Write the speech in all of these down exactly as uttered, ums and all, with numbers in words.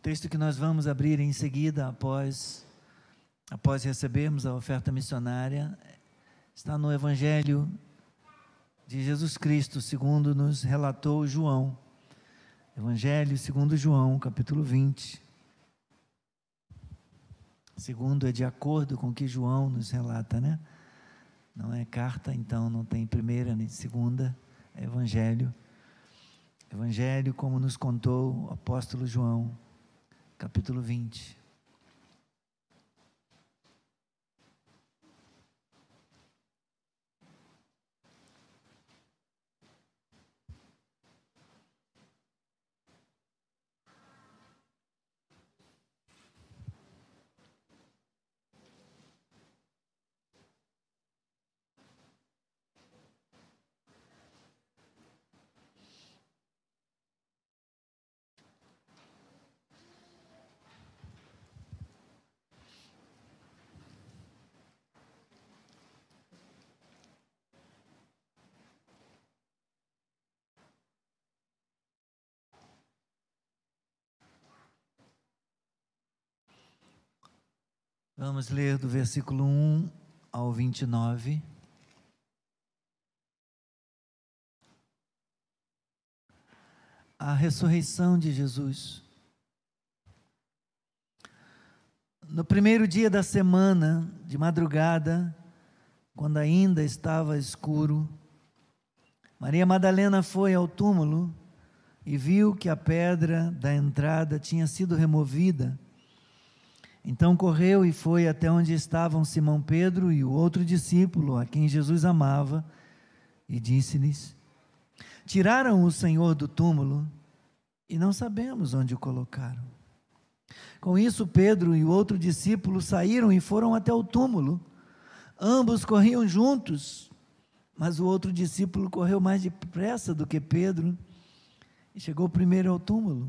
texto que nós vamos abrir em seguida, após, após recebermos a oferta missionária, está no Evangelho de Jesus Cristo, segundo nos relatou João. Evangelho segundo João, capítulo vinte. Segundo é de acordo com o que João nos relata, né? Não é carta, então não tem primeira nem segunda, é Evangelho. Evangelho como nos contou o apóstolo João, capítulo vinte. Vamos ler do versículo um ao vinte e nove. A ressurreição de Jesus. No primeiro dia da semana, de madrugada, quando ainda estava escuro, Maria Madalena foi ao túmulo e viu que a pedra da entrada tinha sido removida. Então correu e foi até onde estavam Simão Pedro e o outro discípulo, a quem Jesus amava, e disse-lhes: tiraram o Senhor do túmulo e não sabemos onde o colocaram. Com isso, Pedro e o outro discípulo saíram e foram até o túmulo. Ambos corriam juntos, mas o outro discípulo correu mais depressa do que Pedro e chegou primeiro ao túmulo.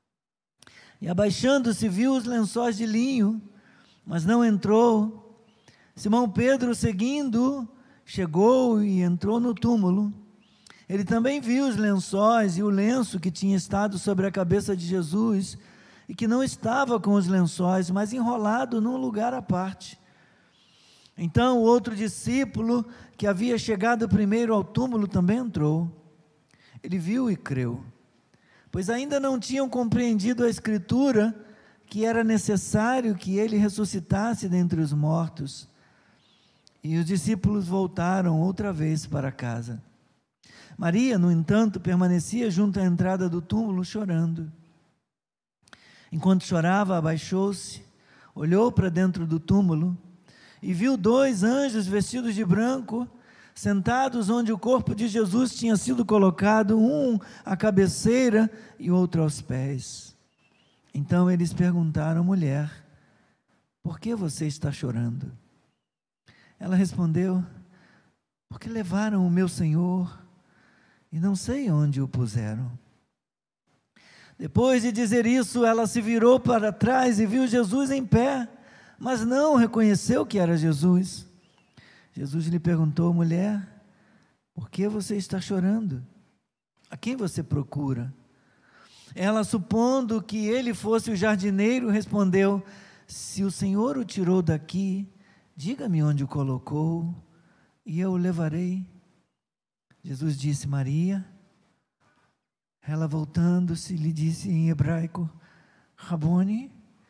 E abaixando-se, viu os lençóis de linho, mas não entrou. Simão Pedro, seguindo, chegou e entrou no túmulo. Ele também viu os lençóis e o lenço que tinha estado sobre a cabeça de Jesus, e que não estava com os lençóis, mas enrolado num lugar à parte. Então o outro discípulo, que havia chegado primeiro ao túmulo, também entrou. Ele viu e creu, pois ainda não tinham compreendido a Escritura, que era necessário que ele ressuscitasse dentre os mortos. E os discípulos voltaram outra vez para casa. Maria, no entanto, permanecia junto à entrada do túmulo, chorando. Enquanto chorava, abaixou-se, olhou para dentro do túmulo e viu dois anjos vestidos de branco, sentados onde o corpo de Jesus tinha sido colocado, um à cabeceira e outro aos pés. Então eles perguntaram: mulher, por que você está chorando? Ela respondeu: porque levaram o meu Senhor e não sei onde o puseram. Depois de dizer isso, ela se virou para trás e viu Jesus em pé, mas não reconheceu que era Jesus. Jesus lhe perguntou: mulher, por que você está chorando? A quem você procura? Ela, supondo que ele fosse o jardineiro, respondeu: se o Senhor o tirou daqui, diga-me onde o colocou, e eu o levarei. Jesus disse: Maria. Ela, voltando-se, lhe disse em hebraico: Rabone.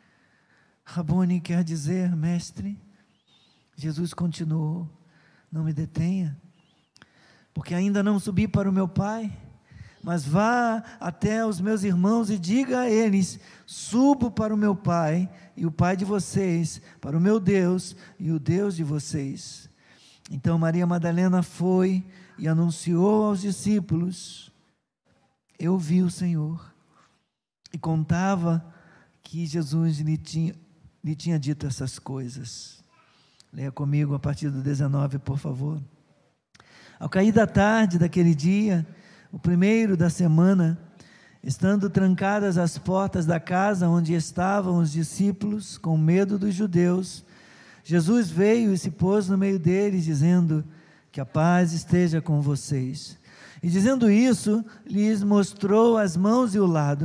Rabone quer dizer mestre. Jesus continuou: não me detenha, porque ainda não subi para o meu Pai, mas vá até os meus irmãos e diga a eles: subo para o meu Pai e o Pai de vocês, para o meu Deus e o Deus de vocês. Então Maria Madalena foi e anunciou aos discípulos: eu vi o Senhor, e contava que Jesus lhe tinha, lhe tinha dito essas coisas. Leia comigo a partir do dezenove, por favor. Ao cair da tarde daquele dia, o primeiro da semana, estando trancadas as portas da casa onde estavam os discípulos, com medo dos judeus, Jesus veio e se pôs no meio deles, dizendo: que a paz esteja com vocês. E dizendo isso, lhes mostrou as mãos e o lado.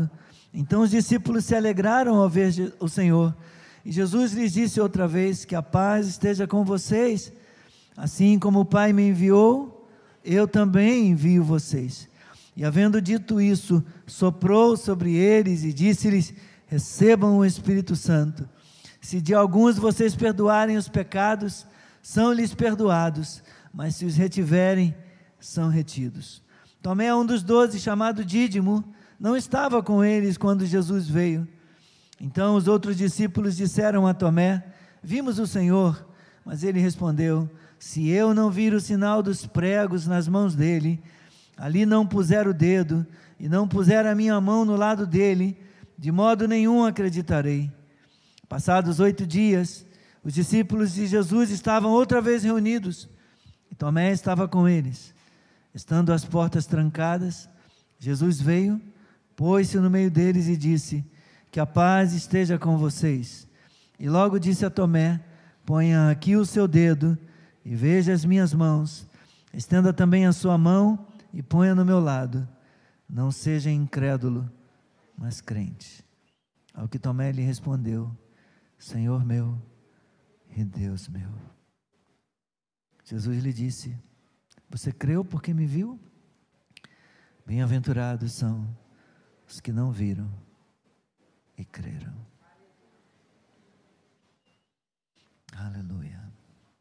Então os discípulos se alegraram ao ver o Senhor. E Jesus lhes disse outra vez: que a paz esteja com vocês. Assim como o Pai me enviou, eu também envio vocês. E havendo dito isso, soprou sobre eles e disse-lhes: recebam o Espírito Santo. Se de alguns vocês perdoarem os pecados, são-lhes perdoados, mas se os retiverem, são retidos. Tomé, um dos doze, chamado Dídimo, não estava com eles quando Jesus veio. Então os outros discípulos disseram a Tomé: vimos o Senhor. Mas ele respondeu: se eu não vir o sinal dos pregos nas mãos dele, ali não puser o dedo, e não puser a minha mão no lado dele, de modo nenhum acreditarei. Passados oito dias, os discípulos de Jesus estavam outra vez reunidos, e Tomé estava com eles. Estando as portas trancadas, Jesus veio, pôs-se no meio deles e disse: que a paz esteja com vocês. E logo disse a Tomé: ponha aqui o seu dedo e veja as minhas mãos, estenda também a sua mão e ponha no meu lado. Não seja incrédulo, mas crente. Ao que Tomé lhe respondeu: Senhor meu e Deus meu. Jesus lhe disse: você creu porque me viu? Bem-aventurados são os que não viram e creram. Aleluia.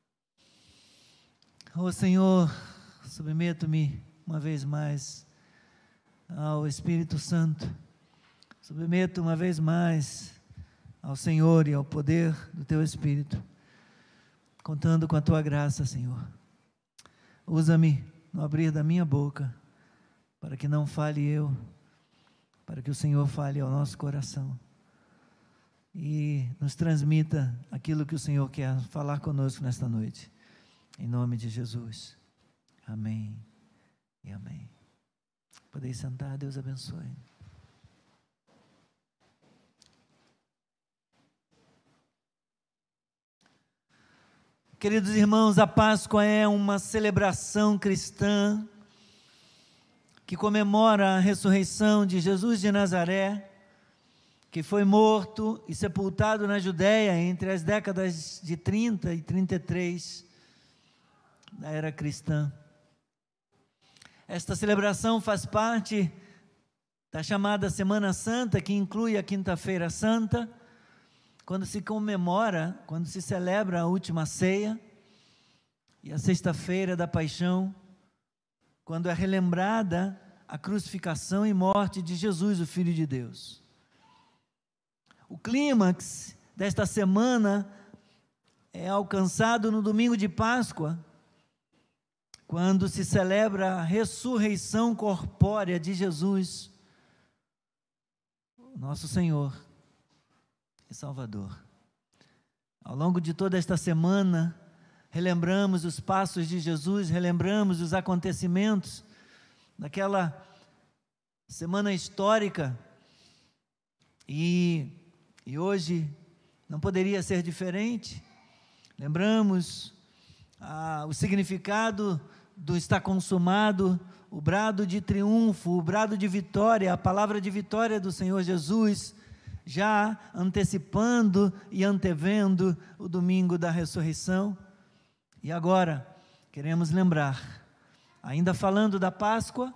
Oh Senhor, submeto-me uma vez mais ao Espírito Santo, submeto uma vez mais ao Senhor e ao poder do Teu Espírito, contando com a Tua graça, Senhor. Usa-me no abrir da minha boca, para que não fale eu, para que o Senhor fale ao nosso coração e nos transmita aquilo que o Senhor quer falar conosco nesta noite, em nome de Jesus. Amém e amém. Podeis sentar, Deus abençoe. Queridos irmãos, a Páscoa é uma celebração cristã que comemora a ressurreição de Jesus de Nazaré, que foi morto e sepultado na Judéia entre as décadas de trinta e trinta e três da era cristã. Esta celebração faz parte da chamada Semana Santa, que inclui a Quinta-feira Santa, quando se comemora, quando se celebra a última ceia, e a Sexta-feira da Paixão, quando é relembrada a crucificação e morte de Jesus, o Filho de Deus. O clímax desta semana é alcançado no domingo de Páscoa, quando se celebra a ressurreição corpórea de Jesus, nosso Senhor e Salvador. Ao longo de toda esta semana, relembramos os passos de Jesus, relembramos os acontecimentos daquela semana histórica, e, e hoje não poderia ser diferente. Lembramos ah, o significado do está consumado, o brado de triunfo, o brado de vitória, a palavra de vitória do Senhor Jesus, já antecipando e antevendo o domingo da ressurreição. E agora, queremos lembrar, ainda falando da Páscoa,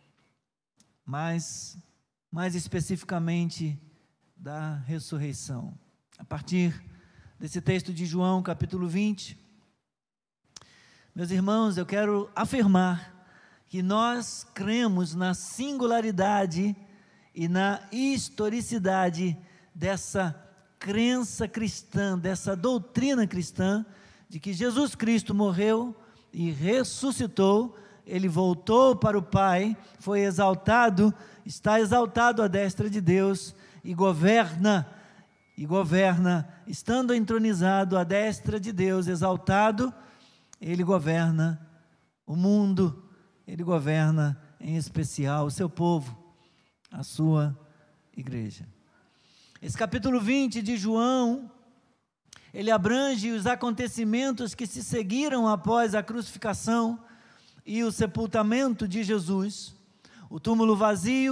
mas mais especificamente da ressurreição. A partir desse texto de João, capítulo vinte, meus irmãos, eu quero afirmar que nós cremos na singularidade e na historicidade dessa crença cristã, dessa doutrina cristã, de que Jesus Cristo morreu e ressuscitou, Ele voltou para o Pai, foi exaltado, está exaltado à destra de Deus e governa, e governa, estando entronizado à destra de Deus, exaltado, Ele governa o mundo, Ele governa em especial o seu povo, a sua igreja. Esse capítulo vinte de João, ele abrange os acontecimentos que se seguiram após a crucificação e o sepultamento de Jesus, o túmulo vazio,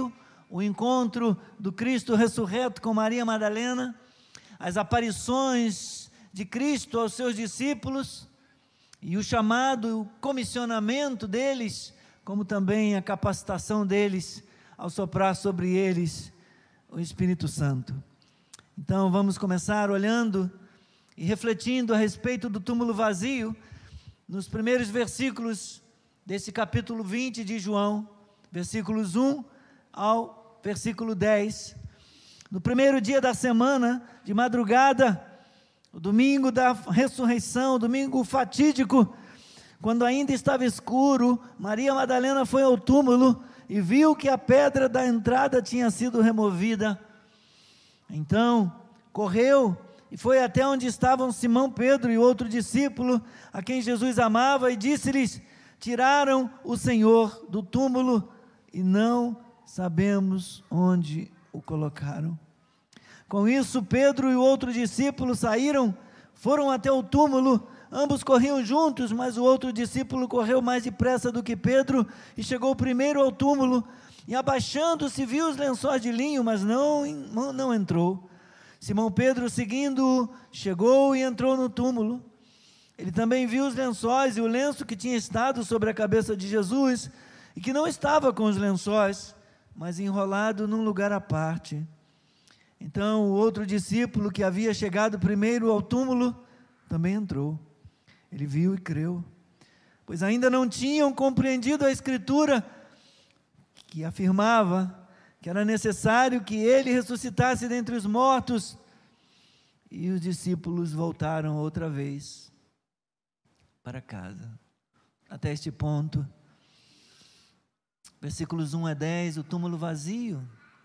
o encontro do Cristo ressurreto com Maria Madalena, as aparições de Cristo aos seus discípulos, e o chamado, o comissionamento deles, como também a capacitação deles ao soprar sobre eles o Espírito Santo. Então vamos começar olhando e refletindo a respeito do túmulo vazio, nos primeiros versículos desse capítulo vinte de João, versículos um ao versículo dez. No primeiro dia da semana, de madrugada, o domingo da ressurreição, o domingo fatídico, quando ainda estava escuro, Maria Madalena foi ao túmulo e viu que a pedra da entrada tinha sido removida. Então, correu e foi até onde estavam Simão Pedro e outro discípulo, a quem Jesus amava, e disse-lhes: tiraram o Senhor do túmulo e não sabemos onde o colocaram. Com isso, Pedro e o outro discípulo saíram, foram até o túmulo, ambos corriam juntos, mas o outro discípulo correu mais depressa do que Pedro e chegou primeiro ao túmulo, e abaixando-se viu os lençóis de linho, mas não, não entrou. Simão Pedro, seguindo-o, chegou e entrou no túmulo. Ele também viu os lençóis e o lenço que tinha estado sobre a cabeça de Jesus, e que não estava com os lençóis, mas enrolado num lugar à parte. Então o outro discípulo, que havia chegado primeiro ao túmulo, também entrou. Ele viu e creu, pois ainda não tinham compreendido a Escritura, que afirmava que era necessário que ele ressuscitasse dentre os mortos. E os discípulos voltaram outra vez para casa. Até este ponto, versículos um a dez, o túmulo vazio.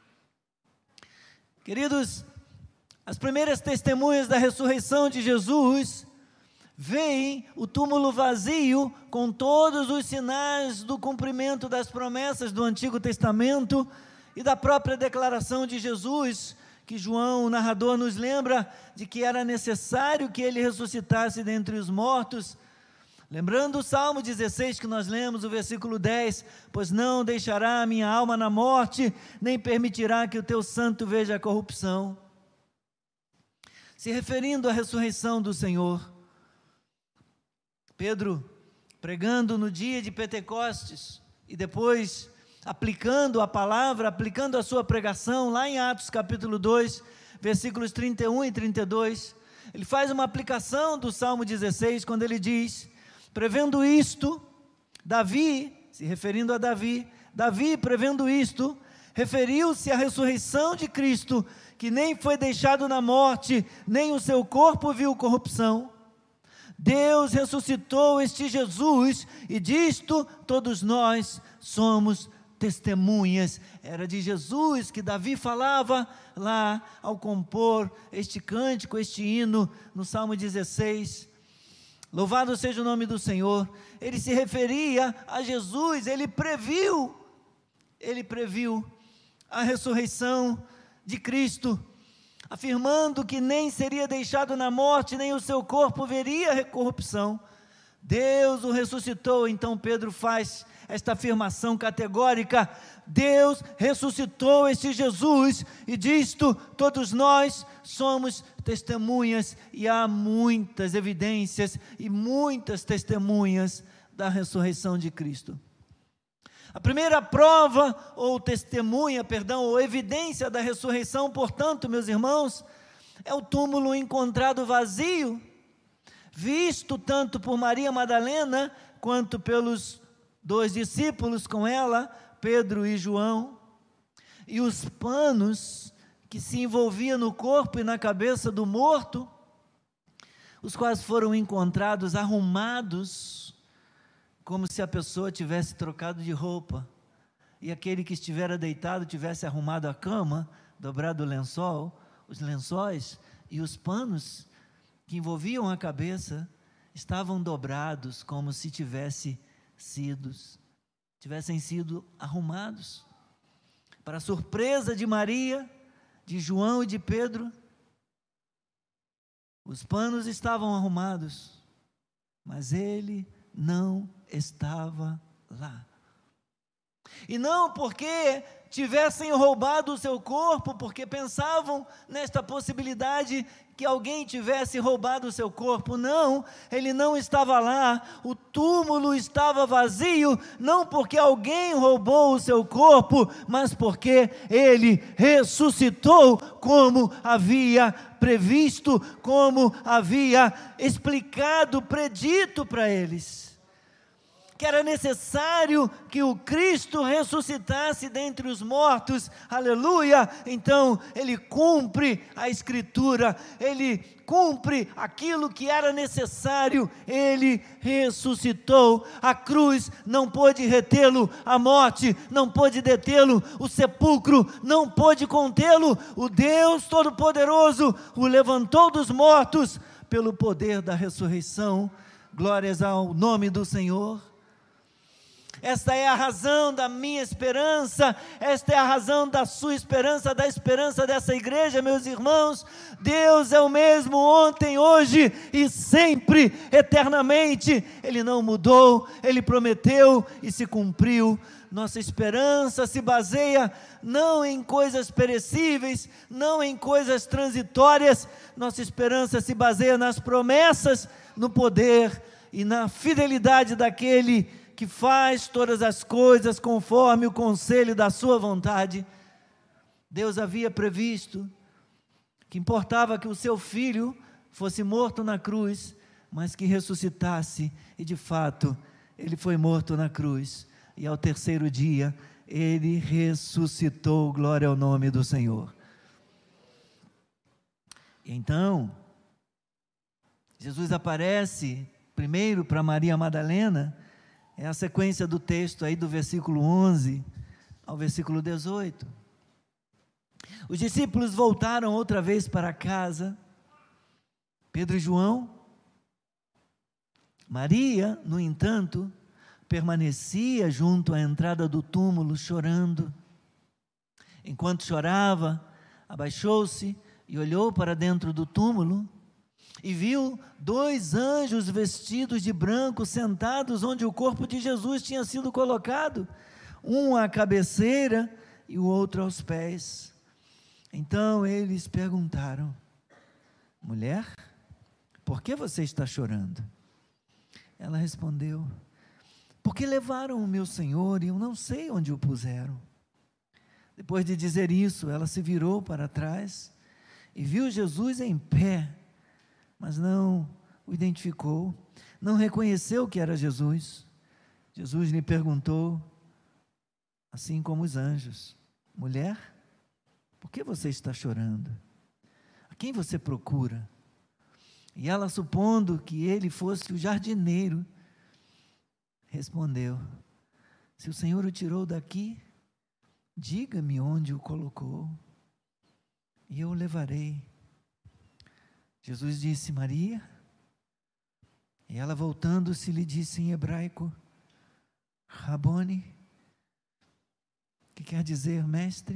Queridos, as primeiras testemunhas da ressurreição de Jesus veem o túmulo vazio com todos os sinais do cumprimento das promessas do Antigo Testamento e da própria declaração de Jesus, que João, o narrador, nos lembra de que era necessário que ele ressuscitasse dentre os mortos. Lembrando o Salmo dezesseis que nós lemos, o versículo dez: pois não deixará a minha alma na morte, nem permitirá que o teu santo veja a corrupção. Se referindo à ressurreição do Senhor, Pedro, pregando no dia de Pentecostes, e depois aplicando a palavra, aplicando a sua pregação, lá em Atos capítulo dois, versículos trinta e um e trinta e dois, ele faz uma aplicação do Salmo dezesseis, quando ele diz: prevendo isto, Davi, se referindo a Davi, Davi, prevendo isto, referiu-se à ressurreição de Cristo, que nem foi deixado na morte, nem o seu corpo viu corrupção. Deus ressuscitou este Jesus, e disto todos nós somos testemunhas. Era de Jesus que Davi falava lá ao compor este cântico, este hino, no Salmo dezesseis. Louvado seja o nome do Senhor. Ele se referia a Jesus, ele previu, ele previu a ressurreição de Cristo, afirmando que nem seria deixado na morte, nem o seu corpo veria corrupção. Deus o ressuscitou. Então Pedro faz esta afirmação categórica: Deus ressuscitou este Jesus, e disto todos nós somos testemunhas, e há muitas evidências e muitas testemunhas da ressurreição de Cristo. A primeira prova, ou testemunha, perdão, ou evidência da ressurreição, portanto, meus irmãos, é o túmulo encontrado vazio, visto tanto por Maria Madalena, quanto pelos dois discípulos com ela, Pedro e João, e os panos que se envolviam no corpo e na cabeça do morto, os quais foram encontrados arrumados, como se a pessoa tivesse trocado de roupa, e aquele que estivera deitado tivesse arrumado a cama, dobrado o lençol, os lençóis e os panos que envolviam a cabeça estavam dobrados, como se tivesse sido, tivessem sido arrumados. Para a surpresa de Maria, de João e de Pedro, os panos estavam arrumados, mas ele não estava lá. e não porque tivessem roubado o seu corpo, porque pensavam nesta possibilidade que alguém tivesse roubado o seu corpo. Não, ele não estava lá, o túmulo estava vazio, não porque alguém roubou o seu corpo, mas porque ele ressuscitou, como havia previsto, como havia explicado, predito para eles, que era necessário que o Cristo ressuscitasse dentre os mortos, aleluia. Então ele cumpre a Escritura, ele cumpre aquilo que era necessário, ele ressuscitou. A cruz não pôde retê-lo, a morte não pôde detê-lo, o sepulcro não pôde contê-lo. O Deus Todo-Poderoso o levantou dos mortos pelo poder da ressurreição. Glórias ao nome do Senhor. Esta é a razão da minha esperança, esta é a razão da sua esperança, da esperança dessa igreja, meus irmãos. Deus é o mesmo ontem, hoje e sempre, eternamente. Ele não mudou, Ele prometeu e se cumpriu. Nossa esperança se baseia não em coisas perecíveis, não em coisas transitórias. Nossa esperança se baseia nas promessas, no poder e na fidelidade daquele que faz todas as coisas conforme o conselho da sua vontade. Deus havia previsto que importava que o seu filho fosse morto na cruz, mas que ressuscitasse, e de fato, ele foi morto na cruz, e ao terceiro dia, ele ressuscitou. Glória ao nome do Senhor. E então, Jesus aparece primeiro para Maria Madalena. É a sequência do texto aí do versículo onze ao versículo dezoito. Os discípulos voltaram outra vez para casa, Pedro e João. Maria, no entanto, permanecia junto à entrada do túmulo, chorando. Enquanto chorava, abaixou-se e olhou para dentro do túmulo, e viu dois anjos vestidos de branco sentados onde o corpo de Jesus tinha sido colocado, um à cabeceira e o outro aos pés. Então eles perguntaram: mulher, por que você está chorando? Ela respondeu: porque levaram o meu Senhor e eu não sei onde o puseram. Depois de dizer isso, ela se virou para trás e viu Jesus em pé, mas não o identificou, não reconheceu que era Jesus. Jesus lhe perguntou, assim como os anjos: mulher, por que você está chorando? A quem você procura? E ela, supondo que ele fosse o jardineiro, respondeu: se o Senhor o tirou daqui, diga-me onde o colocou, e eu o levarei. Jesus disse: Maria. E ela, voltando-se, lhe disse em hebraico: Rabone, que quer dizer mestre.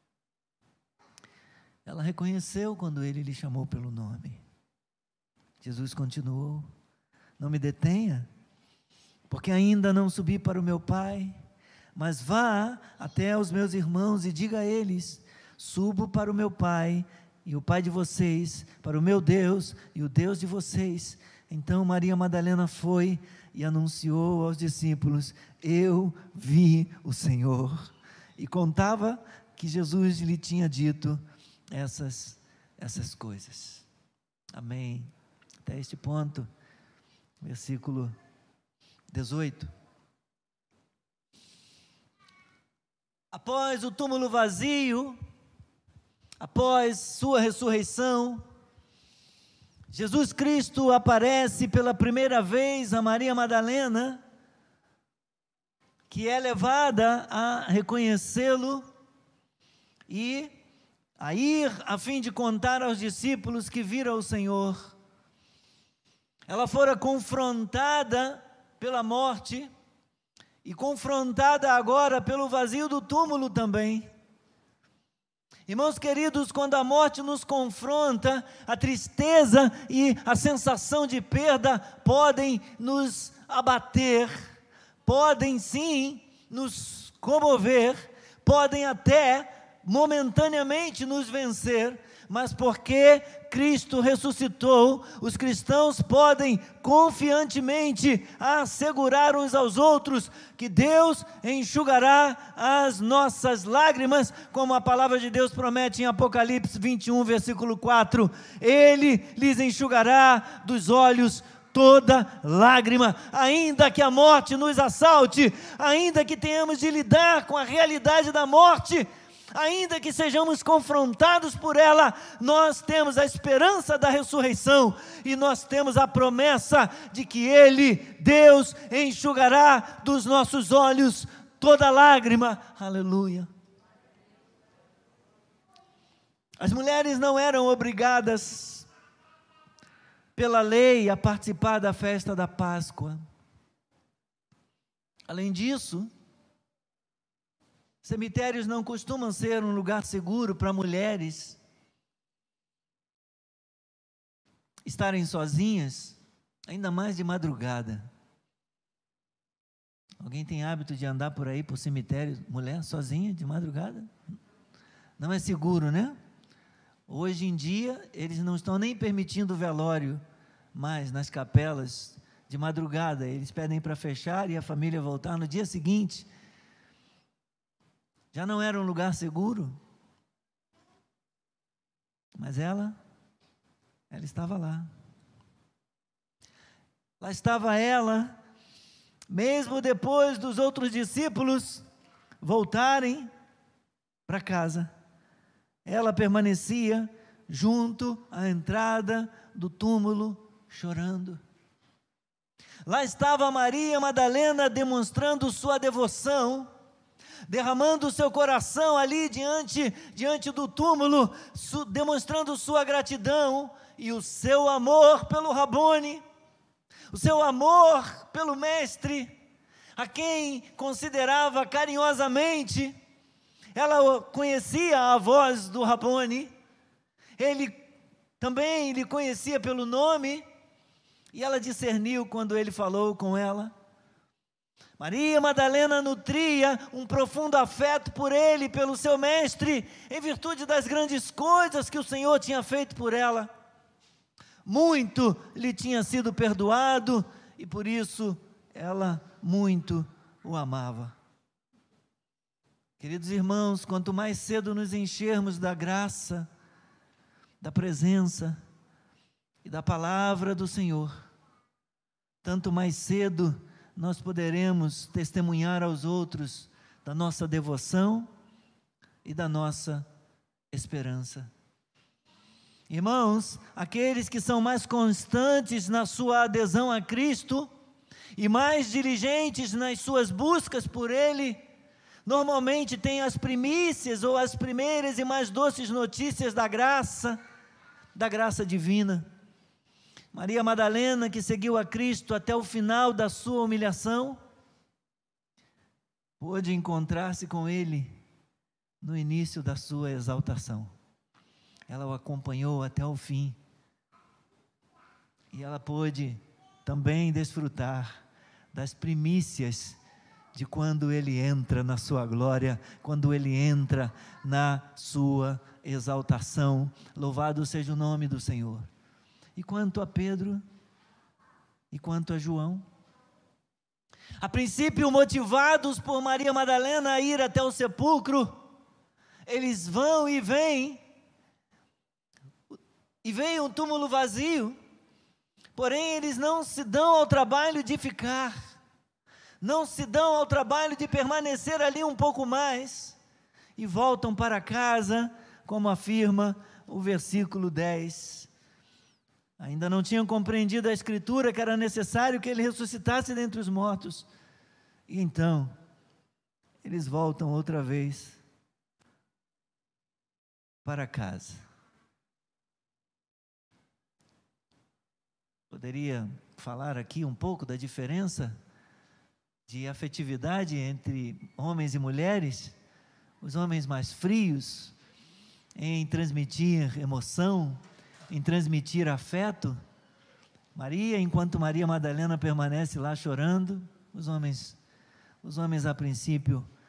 Ela reconheceu quando ele lhe chamou pelo nome. Jesus continuou: não me detenha, porque ainda não subi para o meu Pai, mas vá até os meus irmãos e diga a eles: subo para o meu Pai e o Pai de vocês, para o meu Deus e o Deus de vocês. Então Maria Madalena foi e anunciou aos discípulos: eu vi o Senhor. E contava que Jesus lhe tinha dito essas, essas coisas. Amém. Até este ponto, versículo dezoito. Após o túmulo vazio, após sua ressurreição, Jesus Cristo aparece pela primeira vez a Maria Madalena, que é levada a reconhecê-lo e a ir a fim de contar aos discípulos que viram o Senhor. Ela fora confrontada pela morte e confrontada agora pelo vazio do túmulo também. Irmãos queridos, quando a morte nos confronta, a tristeza e a sensação de perda podem nos abater, podem sim nos comover, podem até momentaneamente nos vencer, mas porque Cristo ressuscitou, os cristãos podem confiantemente assegurar uns aos outros que Deus enxugará as nossas lágrimas, como a palavra de Deus promete em Apocalipse vinte e um, versículo quatro, Ele lhes enxugará dos olhos toda lágrima, ainda que a morte nos assalte, ainda que tenhamos de lidar com a realidade da morte, ainda que sejamos confrontados por ela, nós temos a esperança da ressurreição, e nós temos a promessa de que Ele, Deus, enxugará dos nossos olhos toda lágrima, aleluia. As mulheres não eram obrigadas pela lei a participar da festa da Páscoa. Além disso, cemitérios não costumam ser um lugar seguro para mulheres estarem sozinhas, ainda mais de madrugada. Alguém tem hábito de andar por aí, por cemitério, mulher sozinha, de madrugada? Não é seguro, né? Hoje em dia, eles não estão nem permitindo velório mais nas capelas de madrugada. Eles pedem para fechar e a família voltar no dia seguinte. Já não era um lugar seguro, mas ela, ela estava lá. Lá estava ela, mesmo depois dos outros discípulos voltarem para casa, ela permanecia junto à entrada do túmulo, chorando. Lá estava Maria Madalena demonstrando sua devoção, derramando o seu coração ali diante, diante do túmulo, su, demonstrando sua gratidão e o seu amor pelo Rabone, o seu amor pelo mestre, a quem considerava carinhosamente. Ela conhecia a voz do Rabone, ele também lhe conhecia pelo nome, e ela discerniu quando ele falou com ela. Maria Madalena nutria um profundo afeto por ele, pelo seu mestre, em virtude das grandes coisas que o Senhor tinha feito por ela. Muito lhe tinha sido perdoado, e por isso ela muito o amava. Queridos irmãos, quanto mais cedo nos enchermos da graça, da presença e da palavra do Senhor, tanto mais cedo nós poderemos testemunhar aos outros da nossa devoção e da nossa esperança. Irmãos, aqueles que são mais constantes na sua adesão a Cristo e mais diligentes nas suas buscas por Ele, normalmente têm as primícias ou as primeiras e mais doces notícias da graça, da graça divina. Maria Madalena, que seguiu a Cristo até o final da sua humilhação, pôde encontrar-se com Ele no início da sua exaltação. Ela o acompanhou até o fim, e ela pôde também desfrutar das primícias de quando Ele entra na sua glória, quando Ele entra na sua exaltação. Louvado seja o nome do Senhor. E quanto a Pedro, e quanto a João, a princípio motivados por Maria Madalena a ir até o sepulcro, eles vão e vêm, e vem um túmulo vazio, porém eles não se dão ao trabalho de ficar, não se dão ao trabalho de permanecer ali um pouco mais, e voltam para casa, como afirma o versículo dez. Ainda não tinham compreendido a Escritura, que era necessário que Ele ressuscitasse dentre os mortos, e então, eles voltam outra vez para casa. Poderia falar aqui um pouco da diferença de afetividade entre homens e mulheres, os homens mais frios em transmitir emoção, em transmitir afeto. Maria, enquanto Maria Madalena permanece lá chorando, os homens, os homens a princípio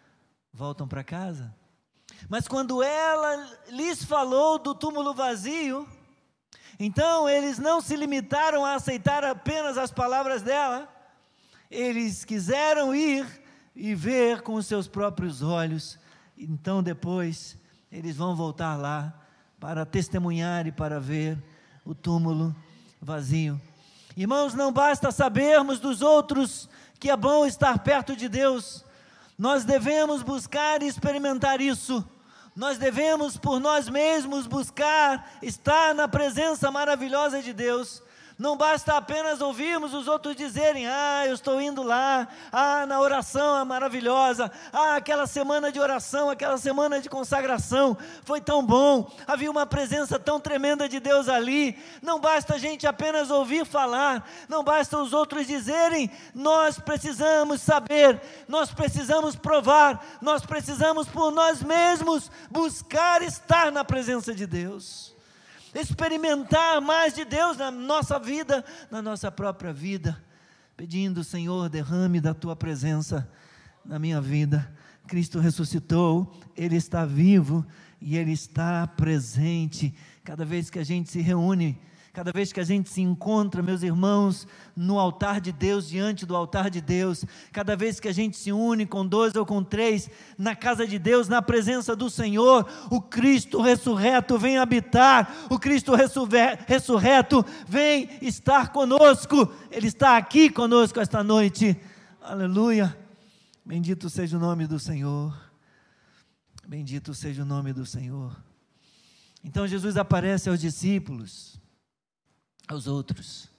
voltam para casa. Mas quando ela lhes falou do túmulo vazio, então eles não se limitaram a aceitar apenas as palavras dela, eles quiseram ir e ver com os seus próprios olhos. Então depois eles vão voltar lá para testemunhar e para ver o túmulo vazio. Irmãos, não basta sabermos dos outros que é bom estar perto de Deus, nós devemos buscar e experimentar isso. Nós devemos por nós mesmos buscar estar na presença maravilhosa de Deus. Não basta apenas ouvirmos os outros dizerem: ah, eu estou indo lá, ah, na oração é maravilhosa, ah, aquela semana de oração, aquela semana de consagração, foi tão bom, havia uma presença tão tremenda de Deus ali. Não basta a gente apenas ouvir falar, não basta os outros dizerem, nós precisamos saber, nós precisamos provar, nós precisamos por nós mesmos buscar estar na presença de Deus. Experimentar mais de Deus na nossa vida, na nossa própria vida, pedindo: Senhor, derrame da Tua presença na minha vida. Cristo ressuscitou, Ele está vivo e Ele está presente. Cada vez que a gente se reúne, cada vez que a gente se encontra, meus irmãos, no altar de Deus, diante do altar de Deus, cada vez que a gente se une com dois ou com três, na casa de Deus, na presença do Senhor, o Cristo ressurreto vem habitar, o Cristo ressurreto vem estar conosco, Ele está aqui conosco esta noite, aleluia, bendito seja o nome do Senhor, bendito seja o nome do Senhor. Então Jesus aparece aos discípulos, aos outros.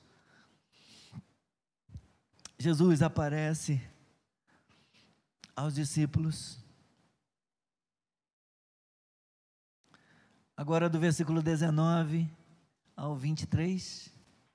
Jesus aparece aos discípulos. Agora do versículo dezenove ao vinte e três.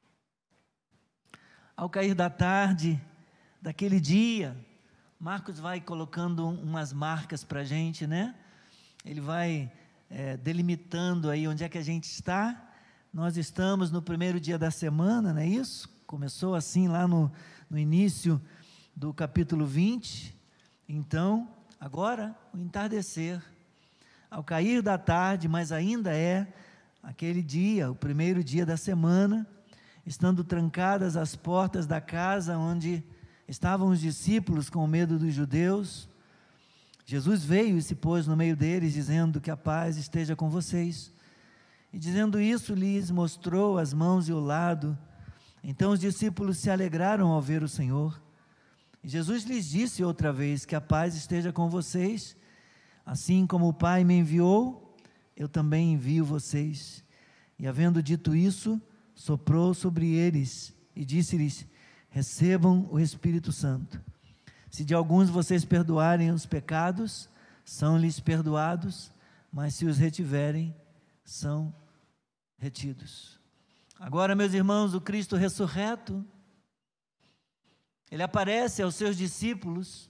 Ao cair da tarde daquele dia, Marcos vai colocando umas marcas para a gente, né? Ele vai é, delimitando aí onde é que a gente está. Nós estamos no primeiro dia da semana, não é isso? Começou assim lá no, no início do capítulo vinte. Então, agora, o entardecer, ao cair da tarde, mas ainda é aquele dia, o primeiro dia da semana, estando trancadas as portas da casa onde estavam os discípulos com medo dos judeus, Jesus veio e se pôs no meio deles, dizendo: que a paz esteja com vocês. E dizendo isso, lhes mostrou as mãos e o lado. Então os discípulos se alegraram ao ver o Senhor. E Jesus lhes disse outra vez: que a paz esteja com vocês. Assim como o Pai me enviou, eu também envio vocês. E havendo dito isso, soprou sobre eles e disse-lhes: recebam o Espírito Santo. Se de alguns vocês perdoarem os pecados, são-lhes perdoados, mas se os retiverem, são retidos. Agora, meus irmãos, o Cristo ressurreto, Ele aparece aos seus discípulos,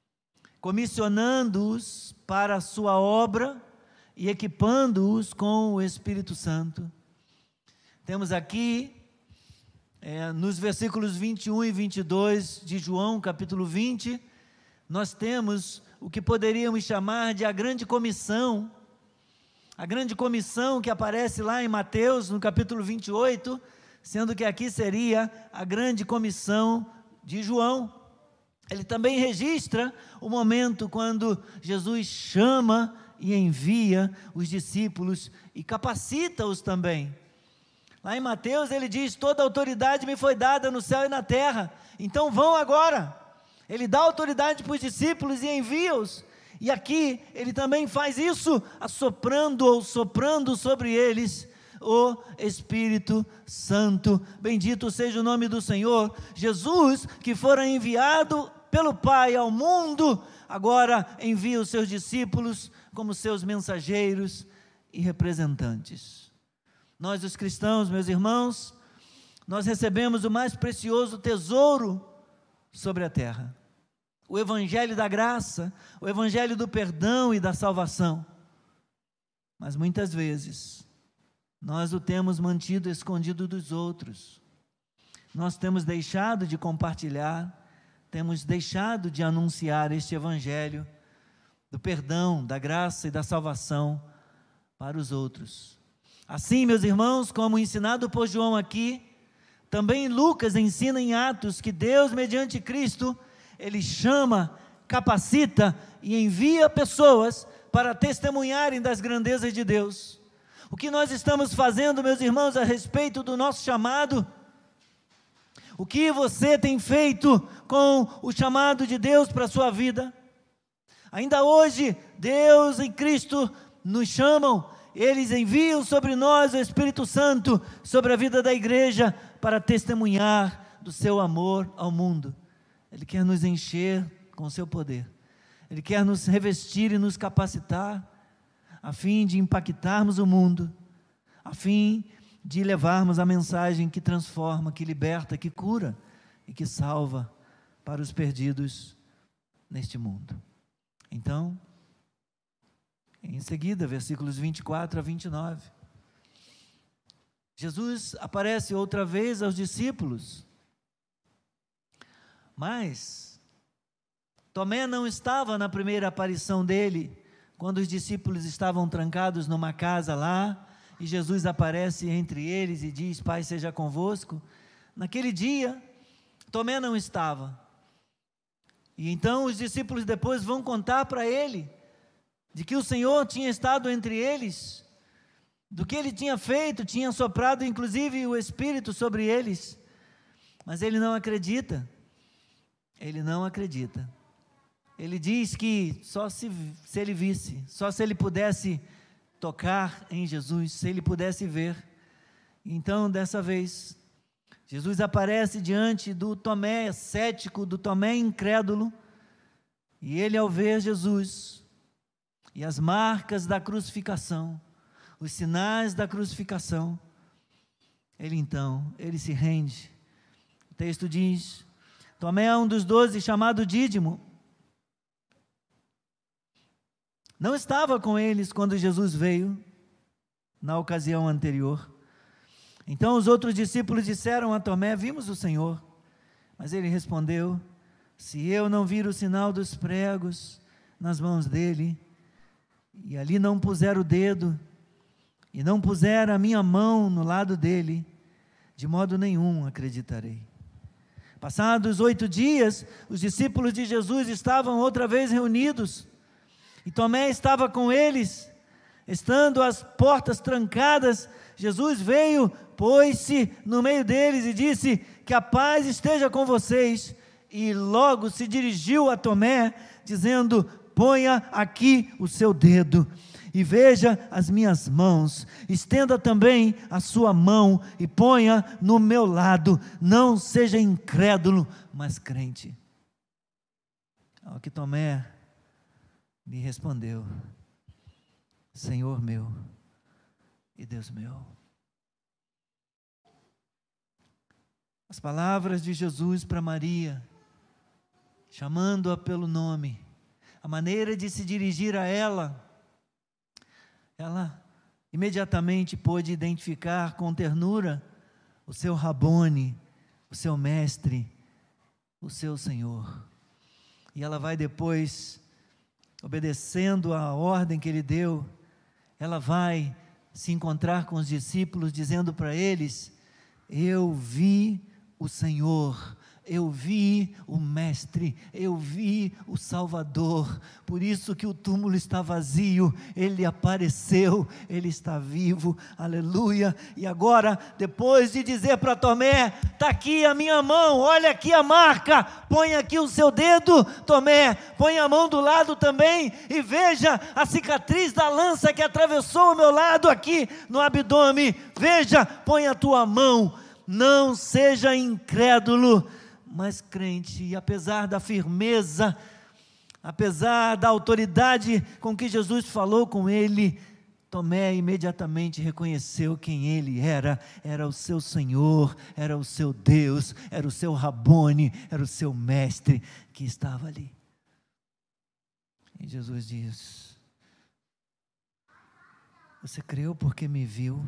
comissionando-os para a sua obra e equipando-os com o Espírito Santo. Temos aqui, é, nos versículos vinte e um e vinte e dois de João, capítulo vinte, nós temos o que poderíamos chamar de a grande comissão, a grande comissão que aparece lá em Mateus, no capítulo vinte e oito, sendo que aqui seria a grande comissão de João. Ele também registra o momento quando Jesus chama e envia os discípulos e capacita-os também. Lá em Mateus ele diz: toda autoridade me foi dada no céu e na terra, então vão agora. Ele dá autoridade para os discípulos e envia-os. E aqui ele também faz isso, assoprando ou soprando sobre eles o Espírito Santo. Bendito seja o nome do Senhor. Jesus, que fora enviado pelo Pai ao mundo, agora envia os seus discípulos como seus mensageiros e representantes. Nós, os cristãos, meus irmãos, nós recebemos o mais precioso tesouro sobre a terra: o Evangelho da graça, o Evangelho do perdão e da salvação. Mas muitas vezes nós o temos mantido escondido dos outros, nós temos deixado de compartilhar, temos deixado de anunciar este Evangelho, do perdão, da graça e da salvação para os outros. Assim, meus irmãos, como ensinado por João aqui, também Lucas ensina em Atos que Deus, mediante Cristo, Ele chama, capacita e envia pessoas para testemunharem das grandezas de Deus. O que nós estamos fazendo, meus irmãos, a respeito do nosso chamado? O que você tem feito com o chamado de Deus para a sua vida? Ainda hoje, Deus e Cristo nos chamam, eles enviam sobre nós o Espírito Santo, sobre a vida da igreja, para testemunhar do seu amor ao mundo. Ele quer nos encher com o seu poder. Ele quer nos revestir e nos capacitar, a fim de impactarmos o mundo, a fim de levarmos a mensagem que transforma, que liberta, que cura e que salva para os perdidos neste mundo. Então, em seguida, versículos vinte e quatro a vinte e nove, Jesus aparece outra vez aos discípulos, mas Tomé não estava na primeira aparição dele, quando os discípulos estavam trancados numa casa lá, e Jesus aparece entre eles e diz: Pai seja convosco. Naquele dia, Tomé não estava, e então os discípulos depois vão contar para ele, de que o Senhor tinha estado entre eles, do que ele tinha feito, tinha soprado inclusive o Espírito sobre eles, mas ele não acredita, ele não acredita, ele diz que só se, se ele visse, só se ele pudesse tocar em Jesus, se ele pudesse ver. Então dessa vez, Jesus aparece diante do Tomé cético, do Tomé incrédulo, e ele, ao ver Jesus, e as marcas da crucificação, os sinais da crucificação, ele então, ele se rende. O texto diz: Tomé é um dos doze, chamado Dídimo, não estava com eles quando Jesus veio, na ocasião anterior. Então os outros discípulos disseram a Tomé: vimos o Senhor. Mas ele respondeu: se eu não vir o sinal dos pregos nas mãos dele, e ali não puser o dedo, e não puser a minha mão no lado dele, de modo nenhum acreditarei. Passados oito dias, os discípulos de Jesus estavam outra vez reunidos, e Tomé estava com eles. Estando as portas trancadas, Jesus veio, pôs-se no meio deles e disse: que a paz esteja com vocês. E logo se dirigiu a Tomé, dizendo: ponha aqui o seu dedo e veja as minhas mãos, estenda também a sua mão e ponha no meu lado, não seja incrédulo, mas crente. Ao que Tomé me respondeu: Senhor meu e Deus meu. As palavras de Jesus para Maria, chamando-a pelo nome, a maneira de se dirigir a ela, ela imediatamente pôde identificar com ternura o seu Rabone, o seu mestre, o seu Senhor. E ela vai depois, obedecendo a ordem que ele deu, ela vai se encontrar com os discípulos, dizendo para eles: eu vi o Senhor, eu vi o Mestre, eu vi o Salvador. Por isso que o túmulo está vazio, ele apareceu, ele está vivo, aleluia. E agora, depois de dizer para Tomé: está aqui a minha mão, olha aqui a marca, põe aqui o seu dedo, Tomé, põe a mão do lado também, e veja a cicatriz da lança que atravessou o meu lado aqui no abdômen, veja, põe a tua mão, não seja incrédulo, mas crente. E apesar da firmeza, apesar da autoridade com que Jesus falou com ele, Tomé imediatamente reconheceu quem ele era. Era o seu Senhor, era o seu Deus, era o seu Rabone, era o seu mestre que estava ali. E Jesus diz: você creu porque me viu?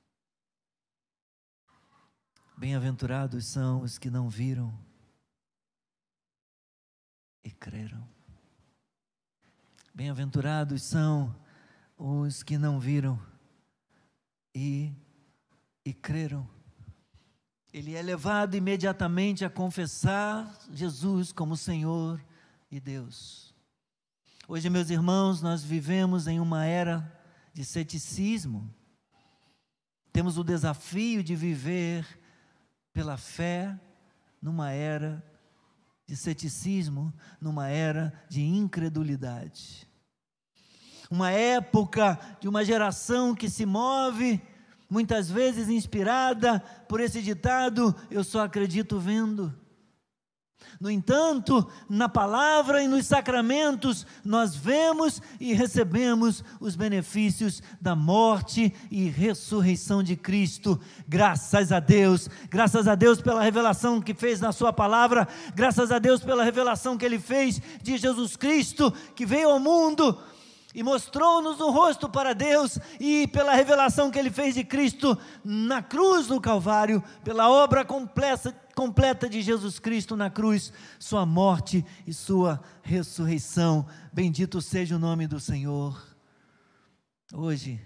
Bem-aventurados são os que não viram e creram. Bem-aventurados são os que não viram e, e creram. Ele é levado imediatamente a confessar Jesus como Senhor e Deus. Hoje, meus irmãos, nós vivemos em uma era de ceticismo. Temos o desafio de viver pela fé numa era de ceticismo, numa era de incredulidade. Uma época de uma geração que se move, muitas vezes inspirada por esse ditado: eu só acredito vendo. No entanto, na palavra e nos sacramentos, nós vemos e recebemos os benefícios da morte e ressurreição de Cristo. Graças a Deus, graças a Deus pela revelação que fez na sua palavra, graças a Deus pela revelação que Ele fez de Jesus Cristo, que veio ao mundo e mostrou-nos o rosto para Deus, e pela revelação que Ele fez de Cristo na cruz do Calvário, pela obra completa, completa de Jesus Cristo na cruz, sua morte e sua ressurreição. Bendito seja o nome do Senhor. Hoje,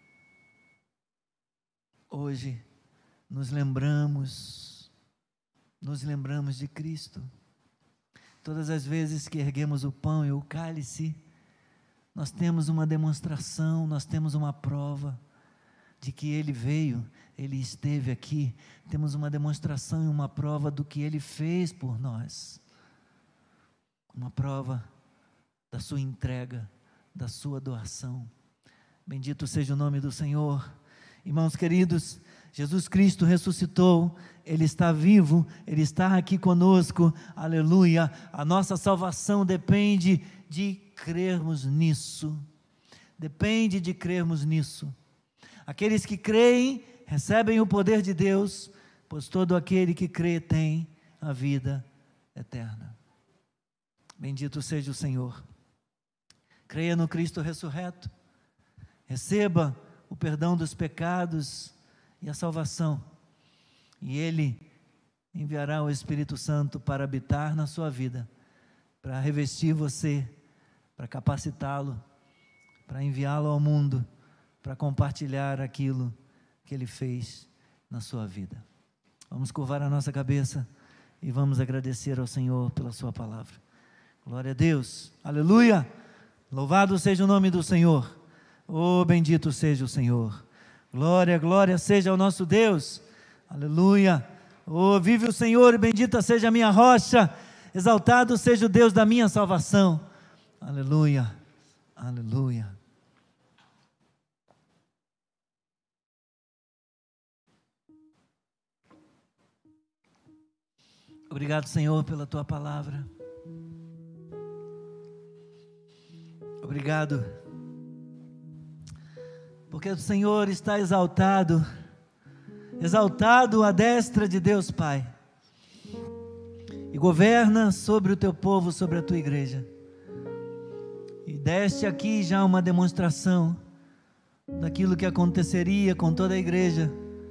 hoje, nos lembramos, nos lembramos de Cristo. Todas as vezes que erguemos o pão e o cálice, nós temos uma demonstração, nós temos uma prova de que Ele veio, Ele esteve aqui. Temos uma demonstração e uma prova do que Ele fez por nós. Uma prova da sua entrega, da sua doação. Bendito seja o nome do Senhor. Irmãos queridos, Jesus Cristo ressuscitou, Ele está vivo, Ele está aqui conosco, aleluia. A nossa salvação depende de crermos nisso, depende de crermos nisso. Aqueles que creem, recebem o poder de Deus, pois todo aquele que crê tem a vida eterna. Bendito seja o Senhor. Creia no Cristo ressurreto, receba o perdão dos pecados e a salvação, e Ele enviará o Espírito Santo para habitar na sua vida, para revestir você, para capacitá-lo, para enviá-lo ao mundo, para compartilhar aquilo que Ele fez na sua vida. Vamos curvar a nossa cabeça e vamos agradecer ao Senhor pela sua palavra. Glória a Deus, aleluia, louvado seja o nome do Senhor, oh bendito seja o Senhor, glória, glória seja ao nosso Deus, aleluia, oh vive o Senhor e bendita seja a minha rocha, exaltado seja o Deus da minha salvação, aleluia, aleluia. Obrigado, Senhor, pela Tua palavra. Obrigado, porque o Senhor está exaltado, exaltado à destra de Deus Pai, e governa sobre o Teu povo, sobre a Tua igreja. E deste aqui já uma demonstração daquilo que aconteceria com toda a igreja,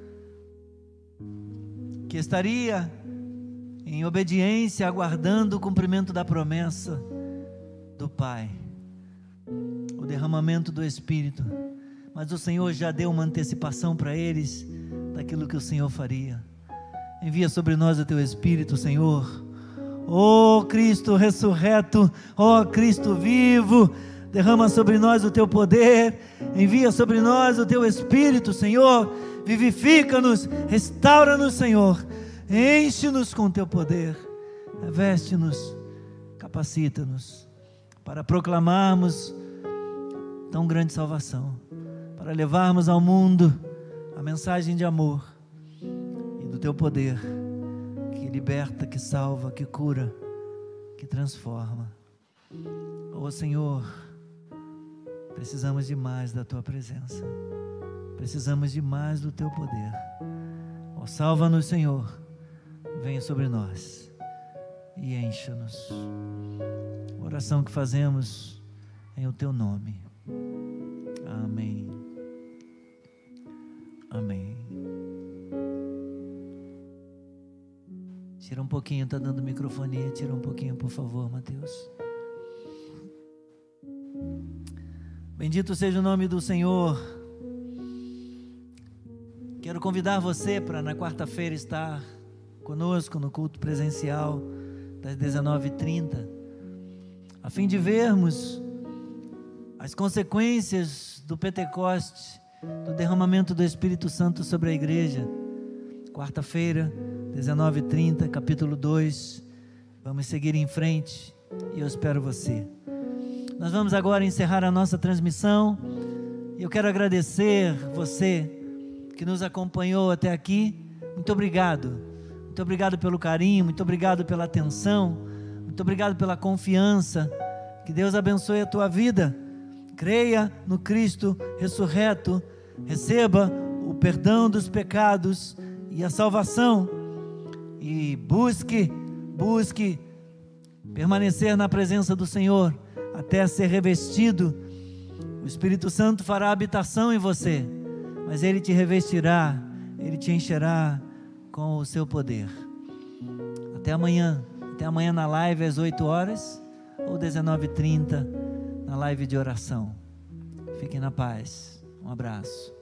que estaria em obediência, aguardando o cumprimento da promessa do Pai, o derramamento do Espírito. Mas o Senhor já deu uma antecipação para eles daquilo que o Senhor faria. Envia sobre nós o Teu Espírito, Senhor. Ó Cristo ressurreto, ó Cristo vivo, derrama sobre nós o Teu poder, envia sobre nós o Teu Espírito, Senhor, vivifica-nos, restaura-nos, Senhor, enche-nos com o Teu poder, reveste-nos, capacita-nos, para proclamarmos tão grande salvação, para levarmos ao mundo a mensagem de amor e do Teu poder, que liberta, que salva, que cura, que transforma. Ó Senhor, precisamos de mais da Tua presença, precisamos de mais do Teu poder. Ó, salva-nos, Senhor, venha sobre nós e encha-nos. Oração que fazemos em o Teu nome. Amém. Amém. Tira um pouquinho, está dando microfonia. Tira um pouquinho, por favor, Mateus. Bendito seja o nome do Senhor. Quero convidar você para na quarta-feira estar conosco no culto presencial das dezenove e trinta, a fim de vermos as consequências do Pentecoste, do derramamento do Espírito Santo sobre a igreja. Quarta-feira, dezenove e trinta, capítulo dois. Vamos seguir em frente e eu espero você. Nós vamos agora encerrar a nossa transmissão e eu quero agradecer você que nos acompanhou até aqui. Muito obrigado, muito obrigado pelo carinho, muito obrigado pela atenção, muito obrigado pela confiança. Que Deus abençoe a tua vida. Creia no Cristo ressurreto, receba o perdão dos pecados e a salvação, e busque, busque permanecer na presença do Senhor até ser revestido. O Espírito Santo fará habitação em você, mas Ele te revestirá, Ele te encherá com o seu poder. Até amanhã, até amanhã na live às oito horas, ou dezenove e trinta, na live de oração. Fiquem na paz, um abraço.